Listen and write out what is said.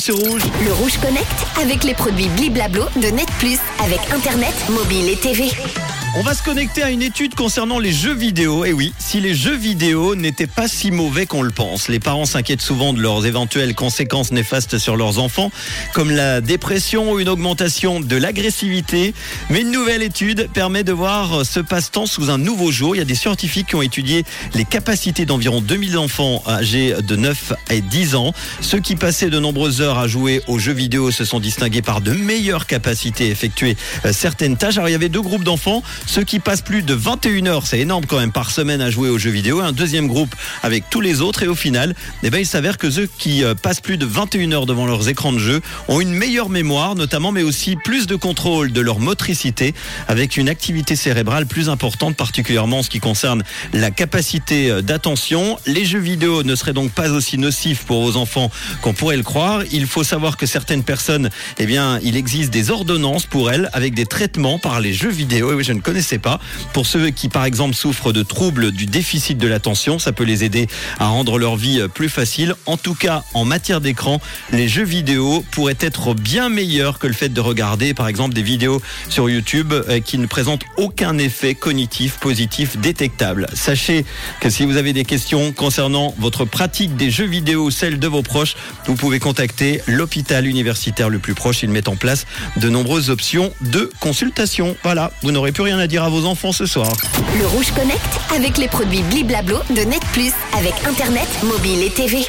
sur Rouge. Le Rouge Connect avec les produits Bliblablo de Net Plus avec Internet, mobile et TV. On va se connecter à une étude concernant les jeux vidéo. Et oui, si les jeux vidéo n'étaient pas si mauvais qu'on le pense. Les parents s'inquiètent souvent de leurs éventuelles conséquences néfastes sur leurs enfants, comme la dépression ou une augmentation de l'agressivité. Mais une nouvelle étude permet de voir ce passe-temps sous un nouveau jour. Il y a des scientifiques qui ont étudié les capacités d'environ 2000 enfants âgés de 9 à 10 ans. Ceux qui passaient de nombreuses heures à jouer aux jeux vidéo se sont distingués par de meilleures capacités à effectuer certaines tâches. Alors il y avait deux groupes d'enfants. Ceux qui passent plus de 21 heures, c'est énorme quand même, par semaine à jouer aux jeux vidéo. Un deuxième groupe avec tous les autres. Et au final, il s'avère que ceux qui passent plus de 21 heures devant leurs écrans de jeu ont une meilleure mémoire notamment, mais aussi plus de contrôle de leur motricité avec une activité cérébrale plus importante, particulièrement en ce qui concerne la capacité d'attention. Les jeux vidéo ne seraient donc pas aussi nocifs pour vos enfants qu'on pourrait le croire. Il faut savoir que certaines personnes, il existe des ordonnances pour elles avec des traitements par les jeux vidéo. Et oui, je ne connaissais pas. Pour ceux qui, par exemple, souffrent de troubles du déficit de l'attention, ça peut les aider à rendre leur vie plus facile. En tout cas, en matière d'écran, les jeux vidéo pourraient être bien meilleurs que le fait de regarder, par exemple, des vidéos sur YouTube qui ne présentent aucun effet cognitif positif détectable. Sachez que si vous avez des questions concernant votre pratique des jeux vidéo ou celle de vos proches, vous pouvez contacter l'hôpital universitaire le plus proche. Ils mettent en place de nombreuses options de consultation. Voilà, vous n'aurez plus rien à dire à vos enfants ce soir. Le Rouge Connect avec les produits Bliblablo de Net Plus avec Internet, mobile et TV.